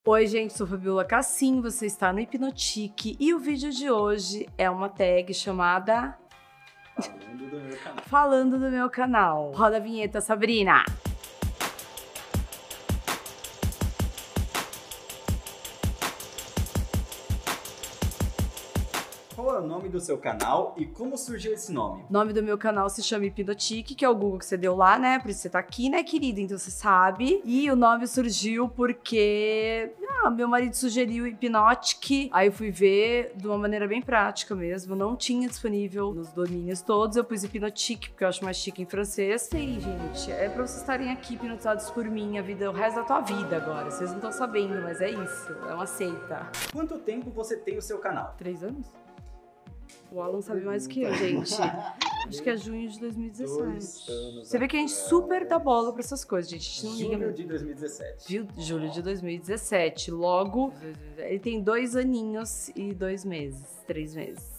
Oi gente, sou Fabiola Cassim, você está no Hipnotique e o vídeo de hoje é uma tag chamada Falando do meu canal. Falando do meu canal. Roda a vinheta, Sabrina! Qual é o nome do seu canal e como surgiu esse nome? O nome do meu canal se chama Hipnotique, que é o Google que você deu lá, né? Por isso você tá aqui, né, querida? Então você sabe. E o nome surgiu porque meu marido sugeriu Hipnotique. Aí eu fui ver de uma maneira bem prática mesmo. Não tinha disponível nos domínios todos. Eu pus Hipnotique, porque eu acho mais chique em francês. Sei, gente. É pra vocês estarem aqui hipnotizados por mim a vida, o resto da tua vida agora. Vocês não estão sabendo, mas é isso. É uma seita. Quanto tempo você tem o seu canal? 3 anos? O Alan sabe mais do que eu, gente. Acho que é junho de 2017. Você vê que a gente super dá bola pra essas coisas, gente. A gente não liga. Julho de 2017. Julho de 2017. Logo, ele tem 2 aninhos e 2 meses, 3 meses.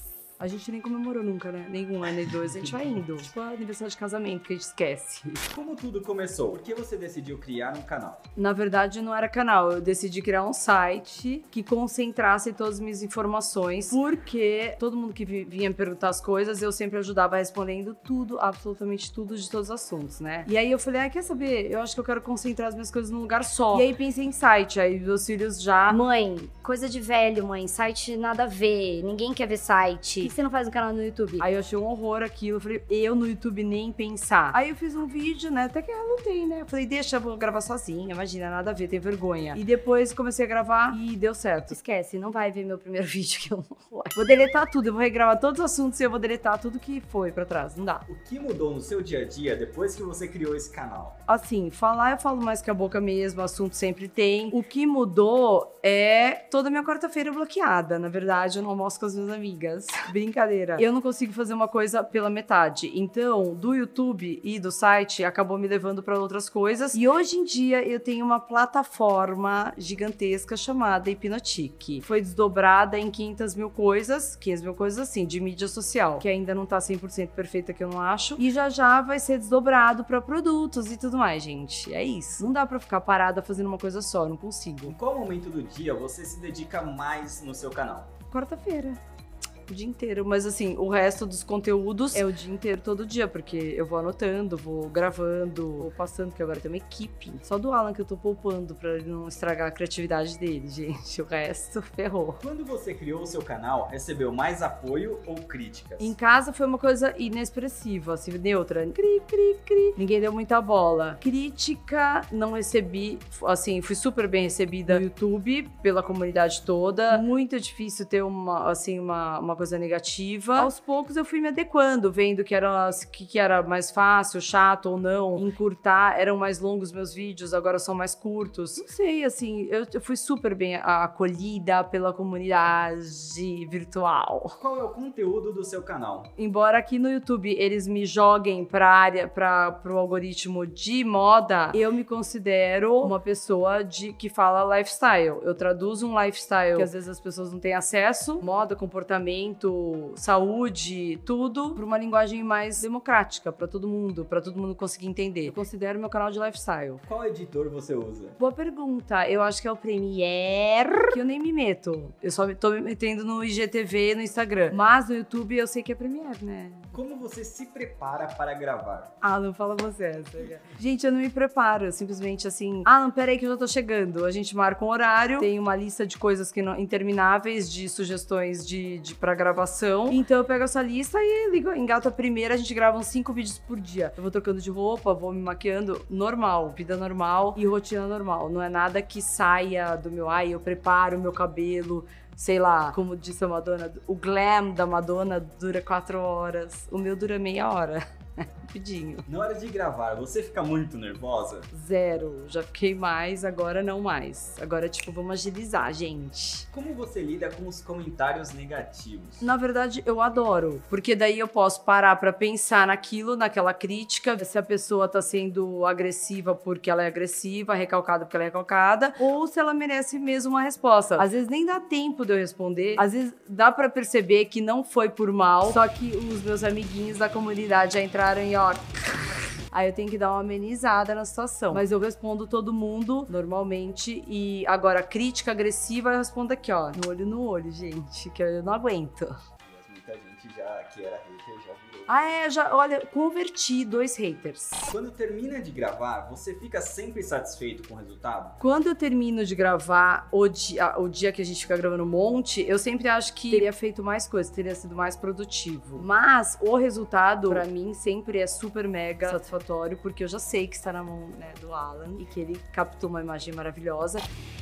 A gente nem comemorou nunca, né? Nem 1 ano, nem 2. A gente vai indo. Tipo, aniversário de casamento, que a gente esquece. Como tudo começou? Por que você decidiu criar um canal? Na verdade, não era canal. Eu decidi criar um site que concentrasse todas as minhas informações, porque todo mundo que vinha me perguntar as coisas, eu sempre ajudava respondendo tudo, absolutamente tudo, de todos os assuntos, né? E aí eu falei, quer saber? Eu acho que eu quero concentrar as minhas coisas num lugar só. E aí pensei em site. Aí meus filhos já... Mãe, coisa de velho, mãe. Site nada a ver. Ninguém quer ver site. Por que você não faz um canal no YouTube? Aí eu achei um horror aquilo. Eu falei, eu no YouTube nem pensar. Aí eu fiz um vídeo, né? Até que ela não tem, né? Eu falei, deixa, eu vou gravar sozinha. Imagina, nada a ver, tem vergonha. E depois comecei a gravar e deu certo. Esquece, não vai ver meu primeiro vídeo que eu não vou. Vou deletar tudo, eu vou regravar todos os assuntos e eu vou deletar tudo que foi pra trás. Não dá. O que mudou no seu dia a dia depois que você criou esse canal? Assim, falar eu falo mais que a boca mesmo, assunto sempre tem. O que mudou é toda minha quarta-feira bloqueada. Na verdade, eu não almoço com as minhas amigas. Brincadeira. Eu não consigo fazer uma coisa pela metade. Então, do YouTube e do site, acabou me levando para outras coisas. E hoje em dia, eu tenho uma plataforma gigantesca chamada Hipnotique. Foi desdobrada em 500 mil coisas assim, de mídia social, que ainda não tá 100% perfeita, que eu não acho. E já vai ser desdobrado para produtos e tudo mais, gente. É isso. Não dá para ficar parada fazendo uma coisa só, não consigo. Em qual momento do dia você se dedica mais no seu canal? Quarta-feira. O dia inteiro, mas assim, o resto dos conteúdos é o dia inteiro, todo dia, porque eu vou anotando, vou gravando, vou passando, porque agora tem uma equipe. Só do Alan que eu tô poupando pra ele não estragar a criatividade dele, gente. O resto ferrou. Quando você criou o seu canal, recebeu mais apoio ou críticas? Em casa foi uma coisa inexpressiva, assim, neutra. Cri, cri, cri. Ninguém deu muita bola. Crítica, não recebi, assim, fui super bem recebida no YouTube, pela comunidade toda. Muito difícil ter uma coisa negativa. Aos poucos eu fui me adequando, vendo que era mais fácil, chato ou não, encurtar. Eram mais longos meus vídeos, agora são mais curtos. Não sei, assim, eu fui super bem acolhida pela comunidade virtual. Qual é o conteúdo do seu canal? Embora aqui no YouTube eles me joguem pro algoritmo de moda, eu me considero uma pessoa que fala lifestyle. Eu traduzo um lifestyle que às vezes as pessoas não têm acesso, moda, comportamento, saúde, tudo, para uma linguagem mais democrática, para todo mundo conseguir entender. Eu considero meu canal de lifestyle. Qual editor você usa? Boa pergunta. Eu acho que é o Premiere, que eu nem me meto. Eu só tô me metendo no IGTV, no Instagram. Mas no YouTube eu sei que é Premiere, né? Como você se prepara para gravar? Não fala você essa. Gente, eu não me preparo. Eu simplesmente assim, não, peraí que eu já tô chegando. A gente marca um horário, tem uma lista de coisas intermináveis, de sugestões pra gravação. Então eu pego essa lista e engato a primeira, a gente grava uns 5 vídeos por dia. Eu vou trocando de roupa, vou me maquiando, normal, vida normal e rotina normal. Não é nada que saia do meu, eu preparo o meu cabelo, sei lá, como disse a Madonna, o glam da Madonna dura 4 horas, o meu dura meia hora. Rapidinho. Na hora de gravar, você fica muito nervosa? Zero. Já fiquei mais, agora não mais. Agora, vamos agilizar, gente. Como você lida com os comentários negativos? Na verdade, eu adoro. Porque daí eu posso parar pra pensar naquela crítica, se a pessoa tá sendo agressiva porque ela é agressiva, recalcada porque ela é recalcada, ou se ela merece mesmo uma resposta. Às vezes nem dá tempo de eu responder, às vezes dá pra perceber que não foi por mal, só que os meus amiguinhos da comunidade já entraram e aí eu tenho que dar uma amenizada na situação. Mas eu respondo todo mundo normalmente. E agora, crítica agressiva, eu respondo aqui, ó, no olho, gente, que eu não aguento. Muita gente já que era hater já virou. Olha, converti 2 haters. Quando termina de gravar, você fica sempre satisfeito com o resultado? Quando eu termino de gravar o dia que a gente fica gravando um monte, eu sempre acho que teria feito mais coisas, teria sido mais produtivo. Mas o resultado, pra mim, sempre é super mega satisfatório, porque eu já sei que está na mão, né, do Alan e que ele captou uma imagem maravilhosa.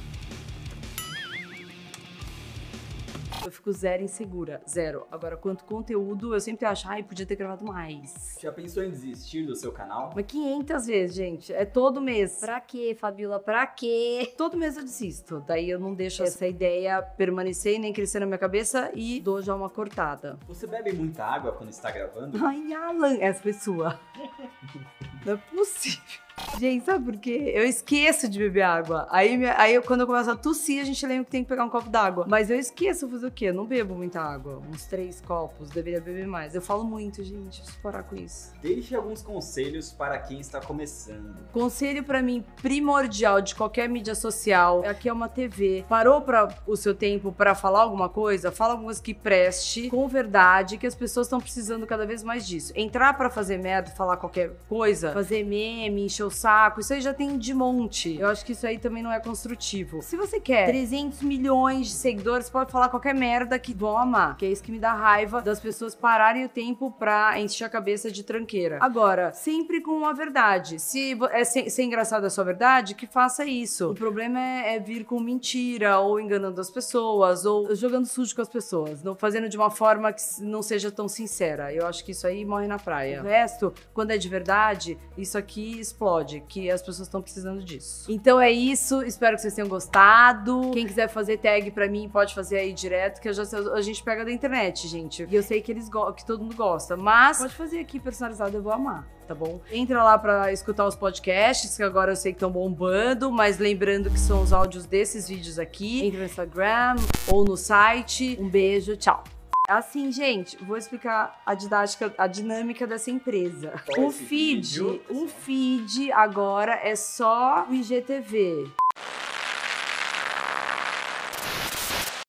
Eu fico zero insegura, zero. Agora, quanto conteúdo, eu sempre acho, podia ter gravado mais. Já pensou em desistir do seu canal? Mas 500 vezes, gente. É todo mês. Pra quê, Fabiola? Pra quê? Todo mês eu desisto. Daí eu não deixo essa ideia permanecer e nem crescer na minha cabeça e dou já uma cortada. Você bebe muita água quando está gravando? Ai, Alan, essa foi sua. Não é possível. Gente, sabe por quê? Eu esqueço de beber água. Aí quando eu começo a tossir, a gente lembra que tem que pegar um copo d'água. Mas eu esqueço fazer o quê? Eu não bebo muita água. Uns 3 copos, deveria beber mais. Eu falo muito, gente. Preciso parar com isso. Deixe alguns conselhos para quem está começando. Conselho pra mim primordial de qualquer mídia social. Aqui é uma TV. Parou o seu tempo pra falar alguma coisa? Fala alguma coisa que preste com verdade, que as pessoas estão precisando cada vez mais disso. Entrar pra fazer merda, falar qualquer coisa, fazer meme, encher o saco, isso aí já tem de monte. Eu acho que isso aí também não é construtivo. Se você quer 300 milhões de seguidores, pode falar qualquer merda que vão amar. Que é isso que me dá raiva das pessoas pararem o tempo pra encher a cabeça de tranqueira. Agora, sempre com uma verdade. Se ser engraçado é só verdade, que faça isso. O problema é vir com mentira, ou enganando as pessoas, ou jogando sujo com as pessoas, não fazendo de uma forma que não seja tão sincera. Eu acho que isso aí morre na praia. O resto, quando é de verdade, isso aqui explode, que as pessoas estão precisando disso. Então é isso, espero que vocês tenham gostado. Quem quiser fazer tag pra mim, pode fazer aí direto, que a gente pega da internet, gente. E eu sei que que todo mundo gosta, mas pode fazer aqui personalizado, eu vou amar, tá bom? Entra lá pra escutar os podcasts, que agora eu sei que estão bombando, mas lembrando que são os áudios desses vídeos aqui. Entra no Instagram ou no site. Um beijo, tchau! Assim, gente, vou explicar a dinâmica dessa empresa. O feed agora é só o IGTV.